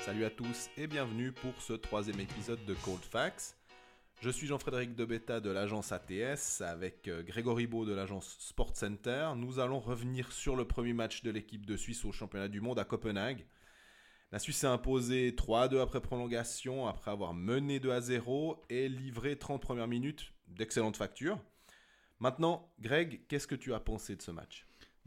Salut à tous et bienvenue pour ce troisième épisode de Cold Facts. Je suis Jean-Frédéric Debetta de l'agence ATS avec Grégory Beau de l'agence Sport Center. Nous allons revenir sur le premier match de l'équipe de Suisse au championnat du monde à Copenhague. La Suisse s'est imposée 3-2 après prolongation, après avoir mené 2-0 et livré 30 premières minutes d'excellente facture. Maintenant, Greg, qu'est-ce que tu as pensé de ce match ?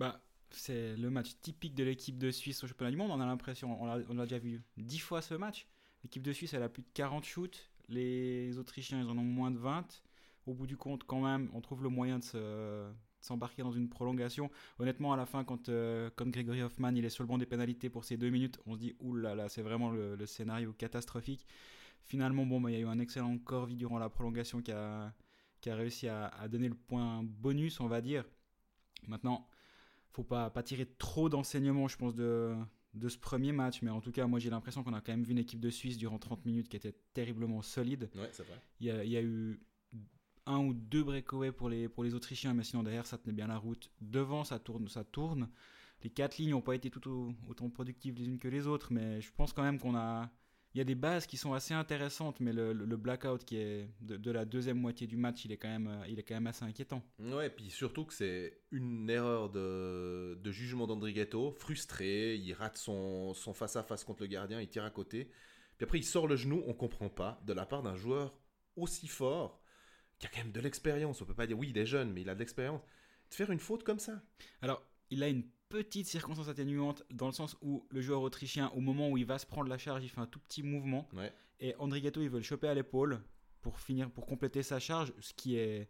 C'est le match typique de l'équipe de Suisse au championnat du monde. On a l'impression, on l'a déjà vu 10 fois ce match. L'équipe de Suisse, elle a plus de 40 shoots. Les Autrichiens, ils en ont moins de 20. Au bout du compte, quand même, on trouve le moyen de s'embarquer dans une prolongation. Honnêtement, à la fin, quand Gregory Hoffman il est sur le banc des pénalités pour ces 2 minutes, on se dit oulala, c'est vraiment le scénario catastrophique. Finalement, il y a eu un excellent Corvi durant la prolongation qui a réussi à donner le point bonus, on va dire. Maintenant, faut pas tirer trop d'enseignements, je pense, de ce premier match. Mais en tout cas, moi, j'ai l'impression qu'on a quand même vu une équipe de Suisse durant 30 minutes qui était terriblement solide. Ouais, c'est vrai. Il y a eu un ou deux breakaways pour les Autrichiens, mais sinon, derrière, ça tenait bien la route. Devant, ça tourne. Les 4 lignes n'ont pas été autant productives les unes que les autres, mais je pense quand même il y a des bases qui sont assez intéressantes, mais le blackout qui est de la deuxième moitié du match, il est quand même assez inquiétant. Ouais, et puis surtout que c'est une erreur de jugement d'Andrighetto, frustré, il rate son face-à-face contre le gardien, il tire à côté, puis après il sort le genou, on comprend pas, de la part d'un joueur aussi fort, qui a quand même de l'expérience, on peut pas dire, oui il est jeune, mais il a de l'expérience, de faire une faute comme ça. Alors, il a une petite circonstance atténuante dans le sens où le joueur autrichien, au moment où il va se prendre la charge, il fait un tout petit mouvement. Ouais. Et Andrighetto, il veut le choper à l'épaule pour compléter sa charge, ce qui est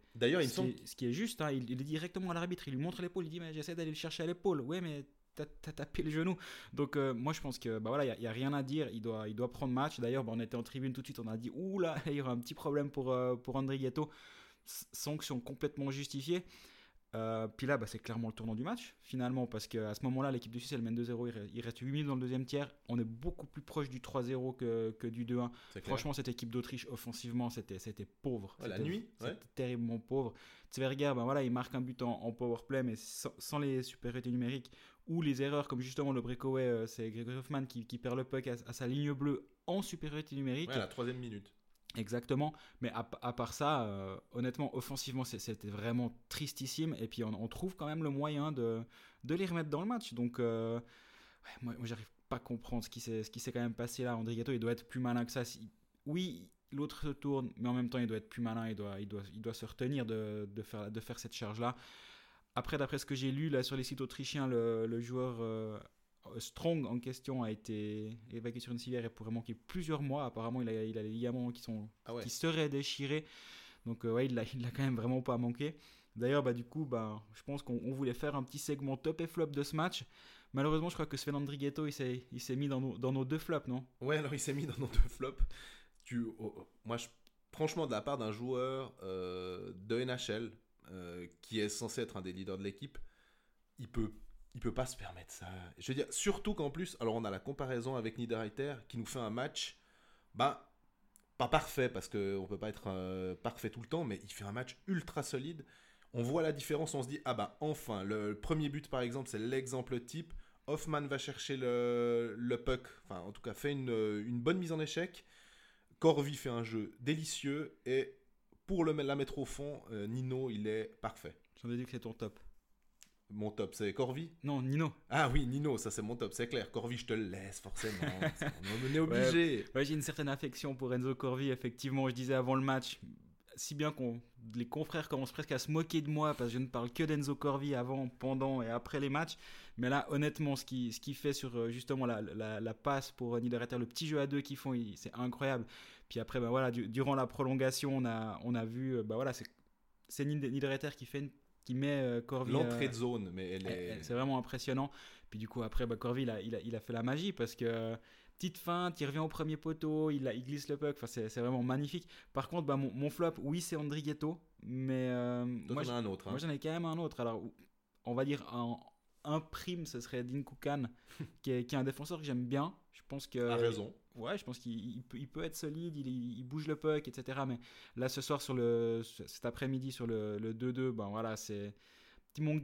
juste. Hein. Il dit directement à l'arbitre, il lui montre l'épaule, il dit mais j'essaie d'aller le chercher à l'épaule. Ouais, mais t'as tapé le genou. Donc moi je pense que il y a rien à dire. Il doit prendre match. D'ailleurs, on était en tribune tout de suite, on a dit oula, il y aura un petit problème pour Andrighetto. Sanction complètement justifiée. Puis là, c'est clairement le tournant du match, finalement, parce qu'à ce moment-là, l'équipe de Suisse, elle mène 2-0, il reste 8 minutes dans le deuxième tiers, on est beaucoup plus proche du 3-0 que du 2-1. Franchement, cette équipe d'Autriche, offensivement, c'était pauvre. Ouais, la nuit, c'était terriblement pauvre. Tsverger, il marque un but en powerplay, mais sans les supériorités numériques, ou les erreurs, comme justement le breakaway, c'est Gregory Hoffman qui perd le puck à sa ligne bleue en supériorité numérique. Ouais, la troisième minute. Exactement, mais à part ça, honnêtement, offensivement, c'était vraiment tristissime. Et puis on trouve quand même le moyen de les remettre dans le match. Donc, moi j'arrive pas à comprendre ce qui s'est quand même passé là. Andrighetto, il doit être plus malin que ça. Oui, l'autre se tourne, mais en même temps, il doit être plus malin. Il doit se retenir de faire cette charge-là. Après, d'après ce que j'ai lu là sur les sites autrichiens, le joueur Strong en question a été évacué sur une civière et pourrait manquer plusieurs mois. Apparemment, il a les ligaments qui seraient déchirés. Donc, il l'a quand même vraiment pas manqué. D'ailleurs, du coup, je pense qu'on voulait faire un petit segment top et flop de ce match. Malheureusement, je crois que Sven Andrighetto, il s'est mis dans nos deux flops, non ? Ouais, alors il s'est mis dans nos deux flops. Moi, franchement, de la part d'un joueur de NHL qui est censé être un des leaders de l'équipe, il peut pas se permettre ça. Je veux dire, surtout qu'en plus, alors on a la comparaison avec Niederreiter qui nous fait un match, pas parfait parce qu'on peut pas être parfait tout le temps, mais il fait un match ultra solide. On voit la différence, on se dit, enfin, le premier but par exemple, c'est l'exemple type. Hoffman va chercher le puck, enfin en tout cas fait une bonne mise en échec. Corvi fait un jeu délicieux et pour la mettre au fond, Nino, il est parfait. J'en ai dit que c'est ton top. Mon top, c'est Corvi ? Non, Nino. Ah oui, Nino, ça c'est mon top, c'est clair. Corvi, je te le laisse, forcément. On est obligé. Ouais, j'ai une certaine affection pour Enzo Corvi, effectivement. Je disais avant le match, si bien les confrères commencent presque à se moquer de moi parce que je ne parle que d'Enzo Corvi avant, pendant et après les matchs. Mais là, honnêtement, ce qu'il fait sur justement la passe pour Niederreiter, le petit jeu à deux qu'ils font, c'est incroyable. Puis après, durant la prolongation, on a vu, c'est Niederreiter qui met Corvi. L'entrée de zone, mais c'est vraiment impressionnant. Puis du coup, après, Corvi, il a fait la magie parce que petite feinte, il revient au premier poteau, il glisse le puck. Enfin, c'est vraiment magnifique. Par contre, mon flop, oui, c'est Andrighetto, mais moi, j'en ai un autre. Moi, j'en ai quand même un autre. Alors, on va dire un prime, ce serait Dean Koukan, qui est un défenseur que j'aime bien. Je pense que. A raison. Ouais, je pense qu'il peut être solide, il bouge le puck, etc. Mais là, ce soir, cet après-midi, sur le 2-2, c'est.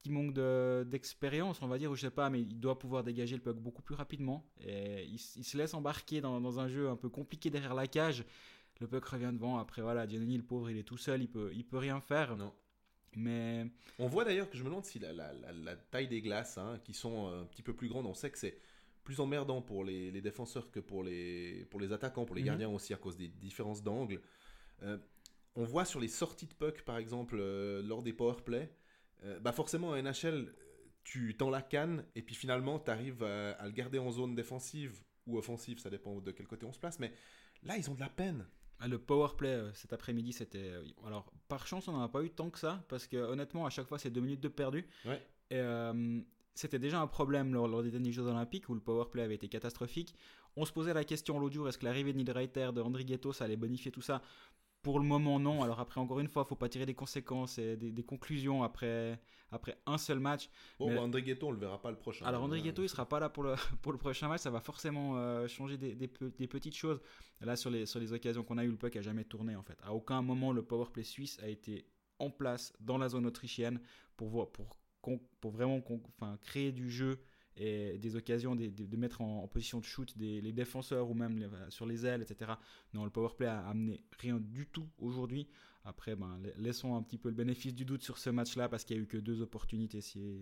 petit manque d'expérience, on va dire, ou je sais pas, mais il doit pouvoir dégager le puck beaucoup plus rapidement. Et il se laisse embarquer dans un jeu un peu compliqué derrière la cage. Le puck revient devant. Après, voilà, Giannini, le pauvre, il est tout seul, il peut rien faire. Non. Mais On voit d'ailleurs que je me demande si la taille des glaces, hein, qui sont un petit peu plus grandes, on sait que c'est plus emmerdant pour les défenseurs que pour les attaquants, pour les gardiens aussi, à cause des différences d'angle. Euh, on voit sur les sorties de puck, par exemple, lors des powerplays, forcément en NHL, tu tends la canne et puis finalement tu arrives à le garder en zone défensive ou offensive, ça dépend de quel côté on se place, mais là ils ont de la peine. le power play cet après-midi, c'était. Alors, par chance, on n'en a pas eu tant que ça, parce que honnêtement, à chaque fois, c'est 2 minutes de perdu. Ouais. Et c'était déjà un problème lors des derniers Jeux Olympiques où le power play avait été catastrophique. On se posait la question l'autre jour, est-ce que l'arrivée de Niederreiter, de Andrighetto, ça allait bonifier tout ça? Pour le moment, non. Alors après, encore une fois, il ne faut pas tirer des conséquences et des conclusions après un seul match. Bon, Mais... André Ghetto, on le verra pas le prochain. Alors André Ghetto, il sera pas là pour le prochain match. Ça va forcément changer des petites choses. Là, sur les occasions qu'on a eu, le puck a jamais tourné en fait. À aucun moment, le powerplay suisse a été en place dans la zone autrichienne pour vraiment créer du jeu et des occasions de mettre en position de shoot les défenseurs ou même sur les ailes, etc. Non, le powerplay a amené rien du tout aujourd'hui. Après, laissons un petit peu le bénéfice du doute sur ce match-là parce qu'il n'y a eu que 2 opportunités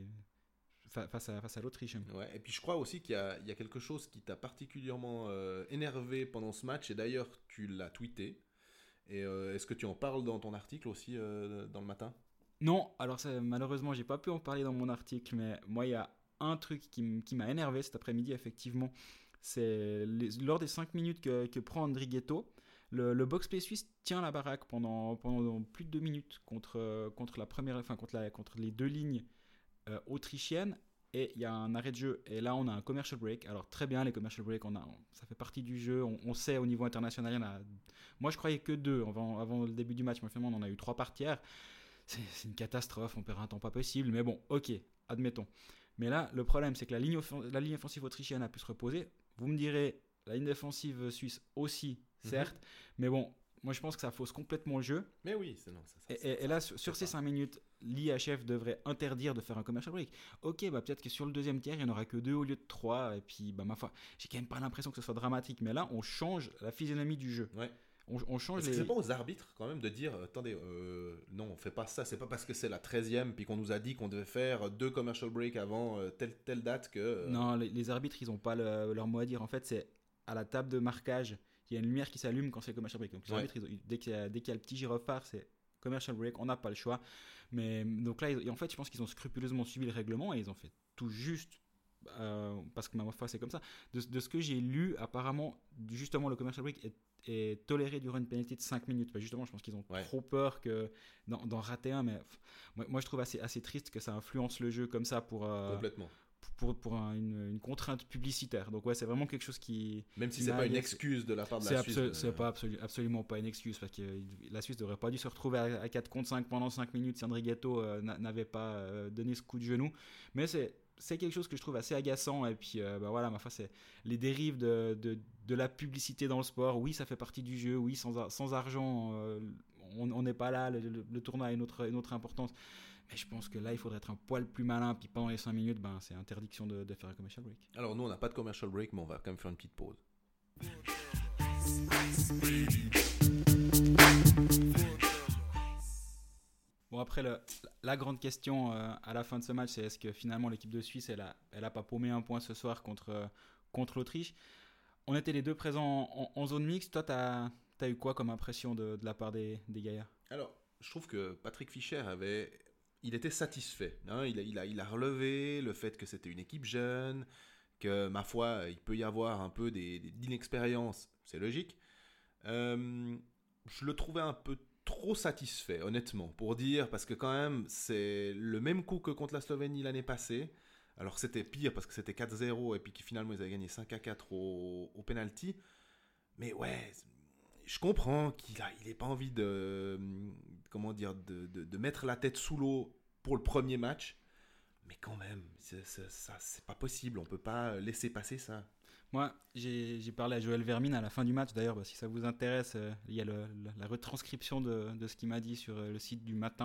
face à l'Autriche. Ouais, et puis je crois aussi qu'il y a quelque chose qui t'a particulièrement énervé pendant ce match, et d'ailleurs tu l'as tweeté. Et est-ce que tu en parles dans ton article aussi dans le matin? Non, alors malheureusement, j'ai pas pu en parler dans mon article, mais moi, il y a un truc qui m'a énervé cet après-midi, effectivement. C'est lors des 5 minutes que prend Andrighetto, le box-play suisse tient la baraque pendant plus de 2 minutes contre les 2 lignes autrichiennes. Et il y a un arrêt de jeu. Et là, on a un commercial break. Alors, très bien, les commercial breaks, ça fait partie du jeu. On sait au niveau international, il y en a. Moi, je croyais que 2 avant le début du match. Mais finalement, on en a eu 3 par tiers. C'est une catastrophe. On perd un temps pas possible. Mais bon, ok, admettons. Mais là, le problème, c'est que la ligne offensive autrichienne a pu se reposer. Vous me direz, la ligne défensive suisse aussi, certes. Mais bon, moi, je pense que ça fausse complètement le jeu. Mais oui, et là, sur ces 5 minutes, l'IHF devrait interdire de faire un commercial break. Ok, peut-être que sur le deuxième tiers, il n'y en aura que 2 au lieu de 3. Et puis, ma foi, j'ai quand même pas l'impression que ce soit dramatique. Mais là, on change la physionomie du jeu. Ouais. On change c'est pas aux arbitres quand même de dire attendez, non, on fait pas ça. C'est pas parce que c'est la 13e puis qu'on nous a dit qu'on devait faire 2 commercial break avant telle date que. Non, les arbitres, ils n'ont pas leur mot à dire. En fait, c'est à la table de marquage. Il y a une lumière qui s'allume quand c'est commercial break. Donc les arbitres, dès qu'il y a le petit gyrophare, c'est commercial break, on n'a pas le choix. Mais donc là, en fait, je pense qu'ils ont scrupuleusement suivi le règlement et ils ont fait tout juste. Parce que ma foi, c'est comme ça. De ce que j'ai lu, apparemment, justement, le commercial break est toléré durant une pénalité de 5 minutes. Justement, je pense qu'ils ont trop peur d'en rater un. Mais moi, je trouve assez triste que ça influence le jeu comme ça complètement. Pour une contrainte publicitaire. Donc ouais, c'est vraiment quelque chose qui... Même si c'est pas une excuse de la part de la Suisse. C'est absolument pas une excuse, parce que la Suisse n'aurait pas dû se retrouver à 4 contre 5 pendant 5 minutes si Andrighetto n'avait pas donné ce coup de genou. Mais c'est quelque chose que je trouve assez agaçant. Et puis voilà, ma foi, c'est les dérives de la publicité dans le sport. Oui, ça fait partie du jeu. Oui, sans argent, on n'est pas là. Le tournoi a une autre importance. Mais je pense que là, il faudrait être un poil plus malin. Puis pendant les 5 minutes, c'est interdiction de faire un commercial break. Alors nous, on n'a pas de commercial break, mais on va quand même faire une petite pause. Bon, après, la grande question à la fin de ce match, c'est est-ce que finalement l'équipe de Suisse, elle a pas paumé un point ce soir contre l'Autriche? On était les deux présents en zone mixte. Toi, t'as eu quoi comme impression de la part des gaillards? Alors, je trouve que Patrick Fischer il était satisfait. Hein, il a relevé le fait que c'était une équipe jeune, que ma foi, il peut y avoir un peu d'inexpérience. C'est logique. Je le trouvais un peu trop satisfait, honnêtement, pour dire, parce que quand même, c'est le même coup que contre la Slovénie l'année passée. Alors c'était pire parce que c'était 4-0 et puis finalement ils avaient gagné 5-4 au penalty. Mais ouais, je comprends qu'il n'ait pas envie de mettre la tête sous l'eau pour le premier match. Mais quand même, c'est pas possible, on peut pas laisser passer ça. Moi, j'ai parlé à Joël Vermine à la fin du match, d'ailleurs, si ça vous intéresse, il y a la retranscription de ce qu'il m'a dit sur le site du matin,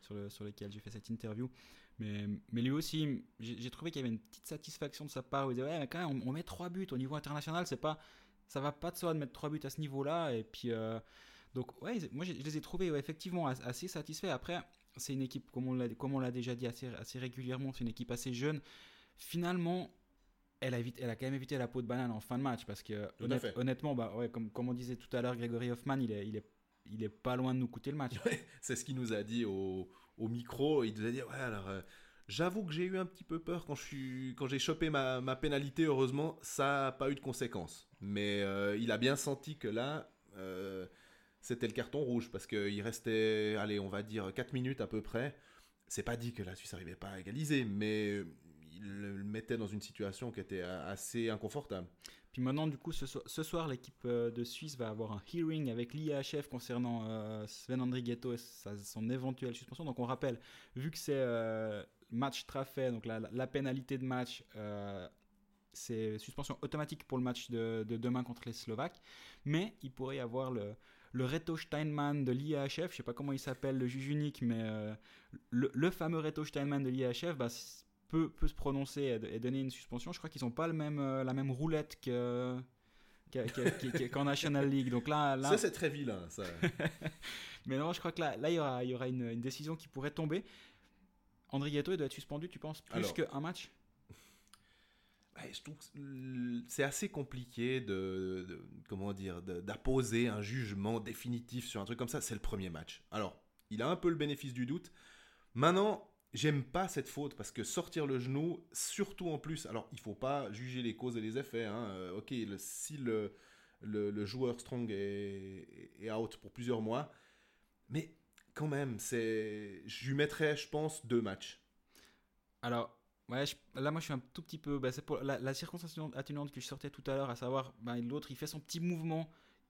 sur lequel j'ai fait cette interview. Mais lui aussi, j'ai trouvé qu'il y avait une petite satisfaction de sa part. Il disait ouais, mais quand même, on met 3 buts au niveau international, ça va pas de soi de mettre 3 buts à ce niveau-là. Et puis, donc, ouais, moi, je les ai trouvés effectivement assez satisfaits. Après, c'est une équipe, comme on l'a déjà dit assez régulièrement, c'est une équipe assez jeune. Finalement, elle a quand même évité la peau de banane en fin de match parce que honnêtement, bah, ouais, comme on disait tout à l'heure, Grégory Hoffman, il est pas loin de nous coûter le match. Ouais, c'est ce qu'il nous a dit au micro. Il nous a dit ouais, alors j'avoue que j'ai eu un petit peu peur quand j'ai chopé ma pénalité. Heureusement, ça n'a pas eu de conséquences. Mais il a bien senti que là, c'était le carton rouge parce qu'il restait, allez, on va dire 4 minutes à peu près. C'est pas dit que la Suisse n'arrivait pas à égaliser, mais il le mettait dans une situation qui était assez inconfortable. Puis maintenant, du coup, ce soir, l'équipe de Suisse va avoir un hearing avec l'IAHF concernant Sven Andrighetto et son éventuelle suspension. Donc on rappelle, vu que c'est match trafait, donc la pénalité de match, c'est suspension automatique pour le match de demain contre les Slovaques. Mais il pourrait y avoir le Reto Steinman de l'IAHF, je ne sais pas comment il s'appelle, le juge unique, mais le fameux Reto Steinman de l'IAHF peut se prononcer et donner une suspension. Je crois qu'ils n'ont pas la même roulette qu'en National League. Donc là... Ça, c'est très vilain, ça. Mais non, je crois que là il y aura une décision qui pourrait tomber. Andrighetto, il doit être suspendu, tu penses, plus qu'un match? Je trouve que c'est assez compliqué d'apposer un jugement définitif sur un truc comme ça. C'est le premier match. Alors, il a un peu le bénéfice du doute. Maintenant, j'aime pas cette faute parce que sortir le genou, surtout en plus, alors il faut pas juger les causes et les effets. Ok, si le joueur strong est out pour plusieurs mois, mais quand même, je lui mettrais, je pense, 2 matchs. Alors, ouais, là, moi, je suis un tout petit peu... c'est pour la circonstance atténuante que je sortais tout à l'heure, à savoir, l'autre, il fait son petit mouvement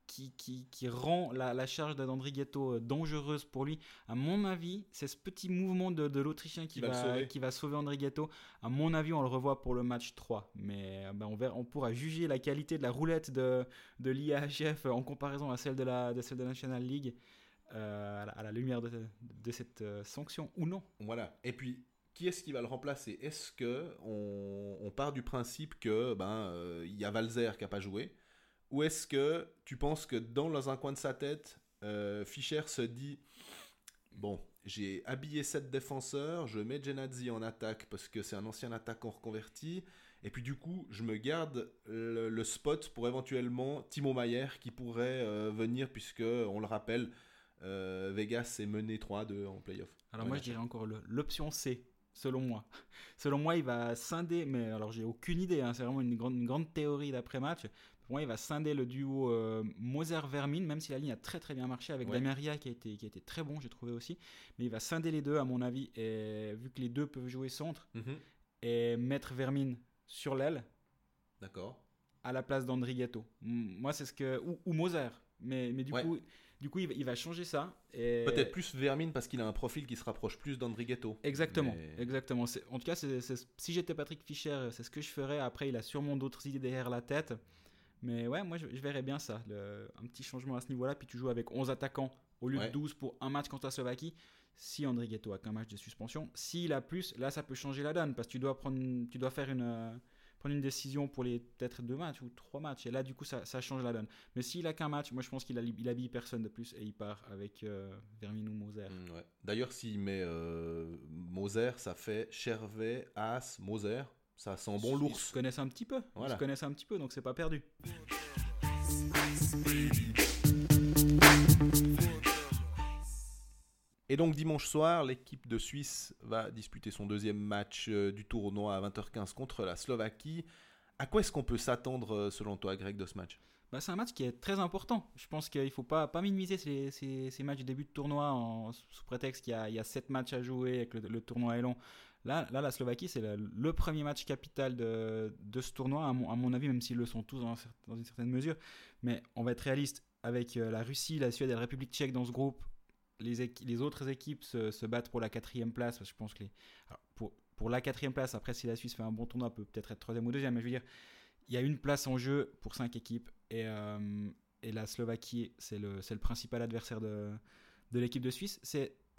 qui rend la charge d'Andrighetto dangereuse pour lui. À mon avis, c'est ce petit mouvement de l'Autrichien qui va sauver Andrighetto. À mon avis, on le revoit pour le match 3. Mais on pourra juger la qualité de la roulette de l'IAHF en comparaison à celle de la National League à la lumière de cette sanction ou non. Voilà. Et puis, qui est-ce qui va le remplacer? Est-ce qu'on part du principe que il y a Valzer qui n'a pas joué? Ou est-ce que tu penses que dans un coin de sa tête, Fischer se dit bon, j'ai habillé 7 défenseurs, je mets Genadzi en attaque parce que c'est un ancien attaquant reconverti, et puis du coup, je me garde le spot pour éventuellement Timo Maier qui pourrait venir, puisque, on le rappelle, Vegas s'est mené 3-2 en play-off. Alors moi, je dirais encore l'option C. Selon moi. Selon moi, il va scinder, mais alors j'ai aucune idée, c'est vraiment une grande théorie d'après-match. Pour moi, il va scinder le duo Moser-Vermin, même si la ligne a très très bien marché avec Dameria qui a été très bon, j'ai trouvé aussi. Mais il va scinder les deux, à mon avis, et vu que les deux peuvent jouer centre, et mettre Vermin sur l'aile. D'accord. À la place d'Andrighetto. Moi, c'est ce que... Ou Moser. Mais du coup, il va changer ça. Et... Peut-être plus Vermin parce qu'il a un profil qui se rapproche plus d'Andrighetto. Exactement. En tout cas, si j'étais Patrick Fischer, c'est ce que je ferais. Après, il a sûrement d'autres idées derrière la tête. Mais ouais, moi, je verrais bien ça. Un petit changement à ce niveau-là. Puis tu joues avec 11 attaquants au lieu de 12 pour un match contre la Slovaquie. Si Andrighetto a qu'un match de suspension. S'il a plus, là, ça peut changer la donne. Parce que tu dois faire prendre une décision pour les peut-être 2 matchs ou 3 matchs. Et là, du coup, ça change la donne. Mais s'il a qu'un match, moi, je pense qu'il habille personne de plus et il part avec Vermin ou Moser. Ouais. D'ailleurs, s'il met Moser, ça fait Chervet, Haas, Moser. Ça sent bon l'ours. Ils se connaissent un petit peu. Voilà. Ils se connaissent un petit peu, donc c'est pas perdu. Et donc dimanche soir, l'équipe de Suisse va disputer son deuxième match du tournoi à 20h15 contre la Slovaquie. À quoi est-ce qu'on peut s'attendre selon toi, Greg, de ce match? C'est un match qui est très important. Je pense qu'il ne faut pas minimiser ces matchs de début de tournoi sous prétexte qu'il y a 7 matchs à jouer et que le tournoi est long. Là, la Slovaquie, c'est le premier match capital de ce tournoi, à mon avis, même s'ils le sont tous dans une certaine mesure. Mais on va être réaliste, avec la Russie, la Suède et la République tchèque dans ce groupe, les autres équipes se battent pour la 4e place. Parce que je pense que pour la 4e place, après, si la Suisse fait un bon tournoi, peut être 3e ou 2e. Mais je veux dire, il y a une place en jeu pour 5 équipes. Et la Slovaquie, c'est le principal adversaire de l'équipe de Suisse. C'est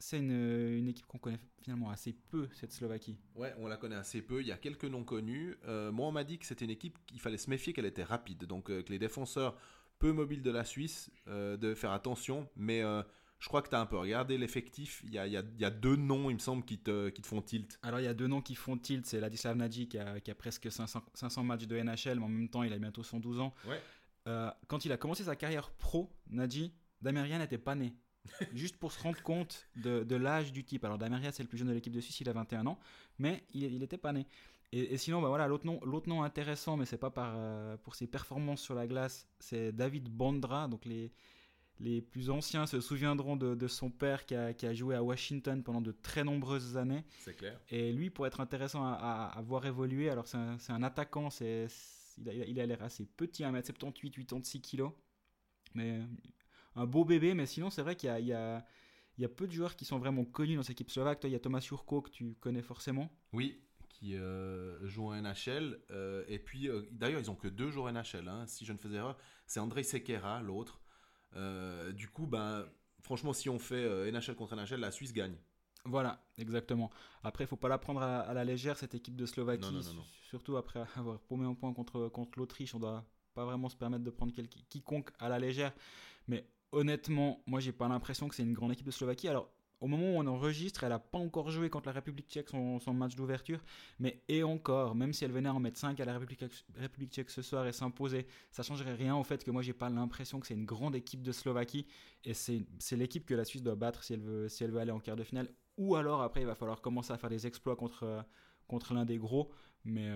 c'est une équipe qu'on connaît finalement assez peu, cette Slovaquie. Ouais, on la connaît assez peu. Il y a quelques noms connus. Moi, on m'a dit que c'était une équipe qu'il fallait se méfier qu'elle était rapide. Donc, que les défenseurs peu mobiles de la Suisse devaient faire attention. Mais je crois que tu as un peu regardé l'effectif. Il y a deux noms, il me semble, qui te font tilt. Alors il y a deux noms qui font tilt, c'est Ladislav Nagy qui a presque 500 matchs de NHL, mais en même temps il a bientôt 112 ans. Ouais. Quand il a commencé sa carrière pro, Nagy, Dameria n'était pas né. Juste pour se rendre compte de l'âge du type. Alors Dameria c'est le plus jeune de l'équipe de Suisse, il a 21 ans, mais il n'était pas né. Et sinon, bah voilà, l'autre nom intéressant, mais c'est pas pour ses performances sur la glace, c'est David Bondra. Donc les plus anciens se souviendront de son père qui a joué à Washington pendant de très nombreuses années. C'est clair. Et lui, pour être intéressant à voir évoluer, alors c'est un attaquant, il a l'air assez petit, 1m78, 86 kg. Mais un beau bébé, mais sinon, c'est vrai qu'il y a peu de joueurs qui sont vraiment connus dans cette équipe slovaque. Toi, il y a Thomas Jurko que tu connais forcément. Oui, qui joue en NHL. Et puis, d'ailleurs, ils ont que 2 joueurs NHL. Hein, si je ne fais erreur, c'est Andrei Sekera, l'autre. Du coup, ben, franchement, si on fait NHL contre NHL, la Suisse gagne. Voilà, exactement. Après, il ne faut pas la prendre à la légère, cette équipe de Slovaquie. Non. Surtout après avoir paumé un point contre l'Autriche. On ne doit pas vraiment se permettre de prendre quiconque à la légère. Mais honnêtement, moi, j'ai pas l'impression que c'est une grande équipe de Slovaquie. Alors, au moment où on enregistre, elle n'a pas encore joué contre la République tchèque son match d'ouverture. Mais et encore, même si elle venait en mettre 5 à la République tchèque ce soir et s'imposer, ça ne changerait rien au fait que moi, j'ai pas l'impression que c'est une grande équipe de Slovaquie. Et c'est l'équipe que la Suisse doit battre si elle veut aller en quart de finale. Ou alors, après, il va falloir commencer à faire des exploits contre l'un des gros. Mais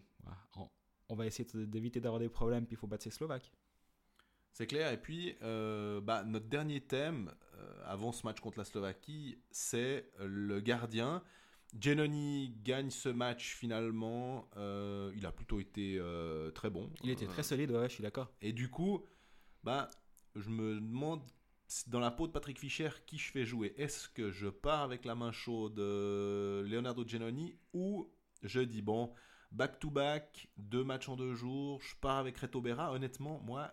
on va essayer d'éviter d'avoir des problèmes, puis il faut battre ces Slovaques. C'est clair. Et puis, notre dernier thème, avant ce match contre la Slovaquie, c'est le gardien. Giannoni gagne ce match finalement. Il a plutôt été très bon. Il était très solide, ouais, je suis d'accord. Et du coup, je me demande, dans la peau de Patrick Fischer, qui je fais jouer. Est-ce que je pars avec la main chaude Leonardo Giannoni ou je dis, bon, back-to-back, 2 matchs en 2 jours, je pars avec Reto Berra. Honnêtement, moi,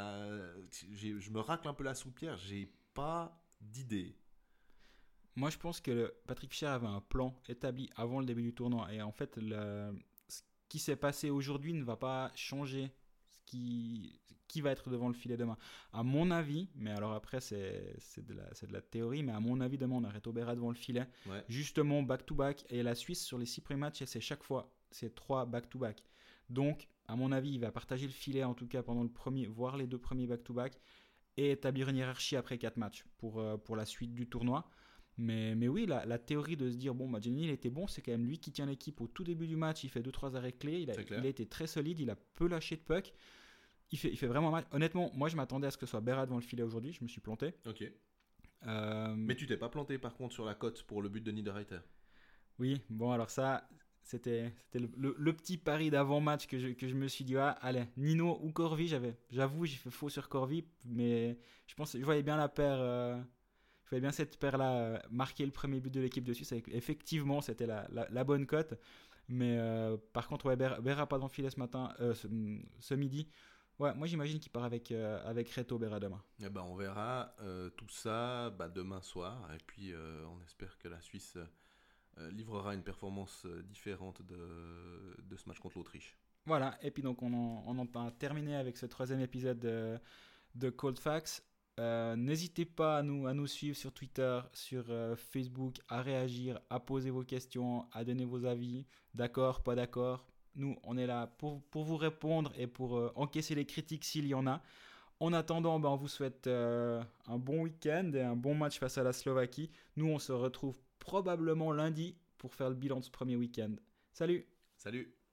je me racle un peu la soupière, j'ai pas d'idée. Moi, je pense que Patrick Fischer avait un plan établi avant le début du tournoi. Et en fait, ce qui s'est passé aujourd'hui ne va pas changer qui va être devant le filet demain. À mon avis, mais alors après, c'est de la théorie, mais à mon avis, demain, on a Reto Berra devant le filet. Ouais. Justement, back-to-back. Et la Suisse, sur les 6 premiers matchs, c'est chaque fois, c'est 3 back-to-back. Donc, à mon avis, il va partager le filet, en tout cas pendant le premier, voire les 2 premiers back-to-back, et établir une hiérarchie après 4 matchs pour la suite du tournoi. Mais oui, la théorie de se dire, bon, Giannini, il était bon, c'est quand même lui qui tient l'équipe au tout début du match, il fait 2-3 arrêts clés, il a été très solide, il a peu lâché de puck, il fait vraiment un match. Honnêtement, moi je m'attendais à ce que ce soit Berra devant le filet aujourd'hui, je me suis planté. Ok. Mais tu t'es pas planté par contre sur la cote pour le but de Niederreiter. Oui, bon alors ça, c'était le petit pari d'avant-match que je me suis dit, ah, allez, Nino ou Corvi, j'avoue, j'ai fait faux sur Corvi, mais je voyais bien la paire... Je voyais bien cette paire-là marquer le premier but de l'équipe de Suisse. Effectivement, c'était la bonne cote. Mais par contre, ouais, Berra pas dans le filet ce midi. Ouais, moi j'imagine qu'il part avec Reto Berra demain. Eh ben, on verra tout ça demain soir. Et puis on espère que la Suisse livrera une performance différente de ce match contre l'Autriche. Voilà, et puis donc on en a terminé avec ce 3e épisode de Cold Facts. N'hésitez pas à nous suivre sur Twitter, sur Facebook, à réagir, à poser vos questions, à donner vos avis, d'accord, pas d'accord. Nous, on est là pour vous répondre et pour encaisser les critiques s'il y en a. En attendant, on vous souhaite un bon week-end et un bon match face à la Slovaquie. Nous, on se retrouve probablement lundi pour faire le bilan de ce premier week-end. Salut! Salut!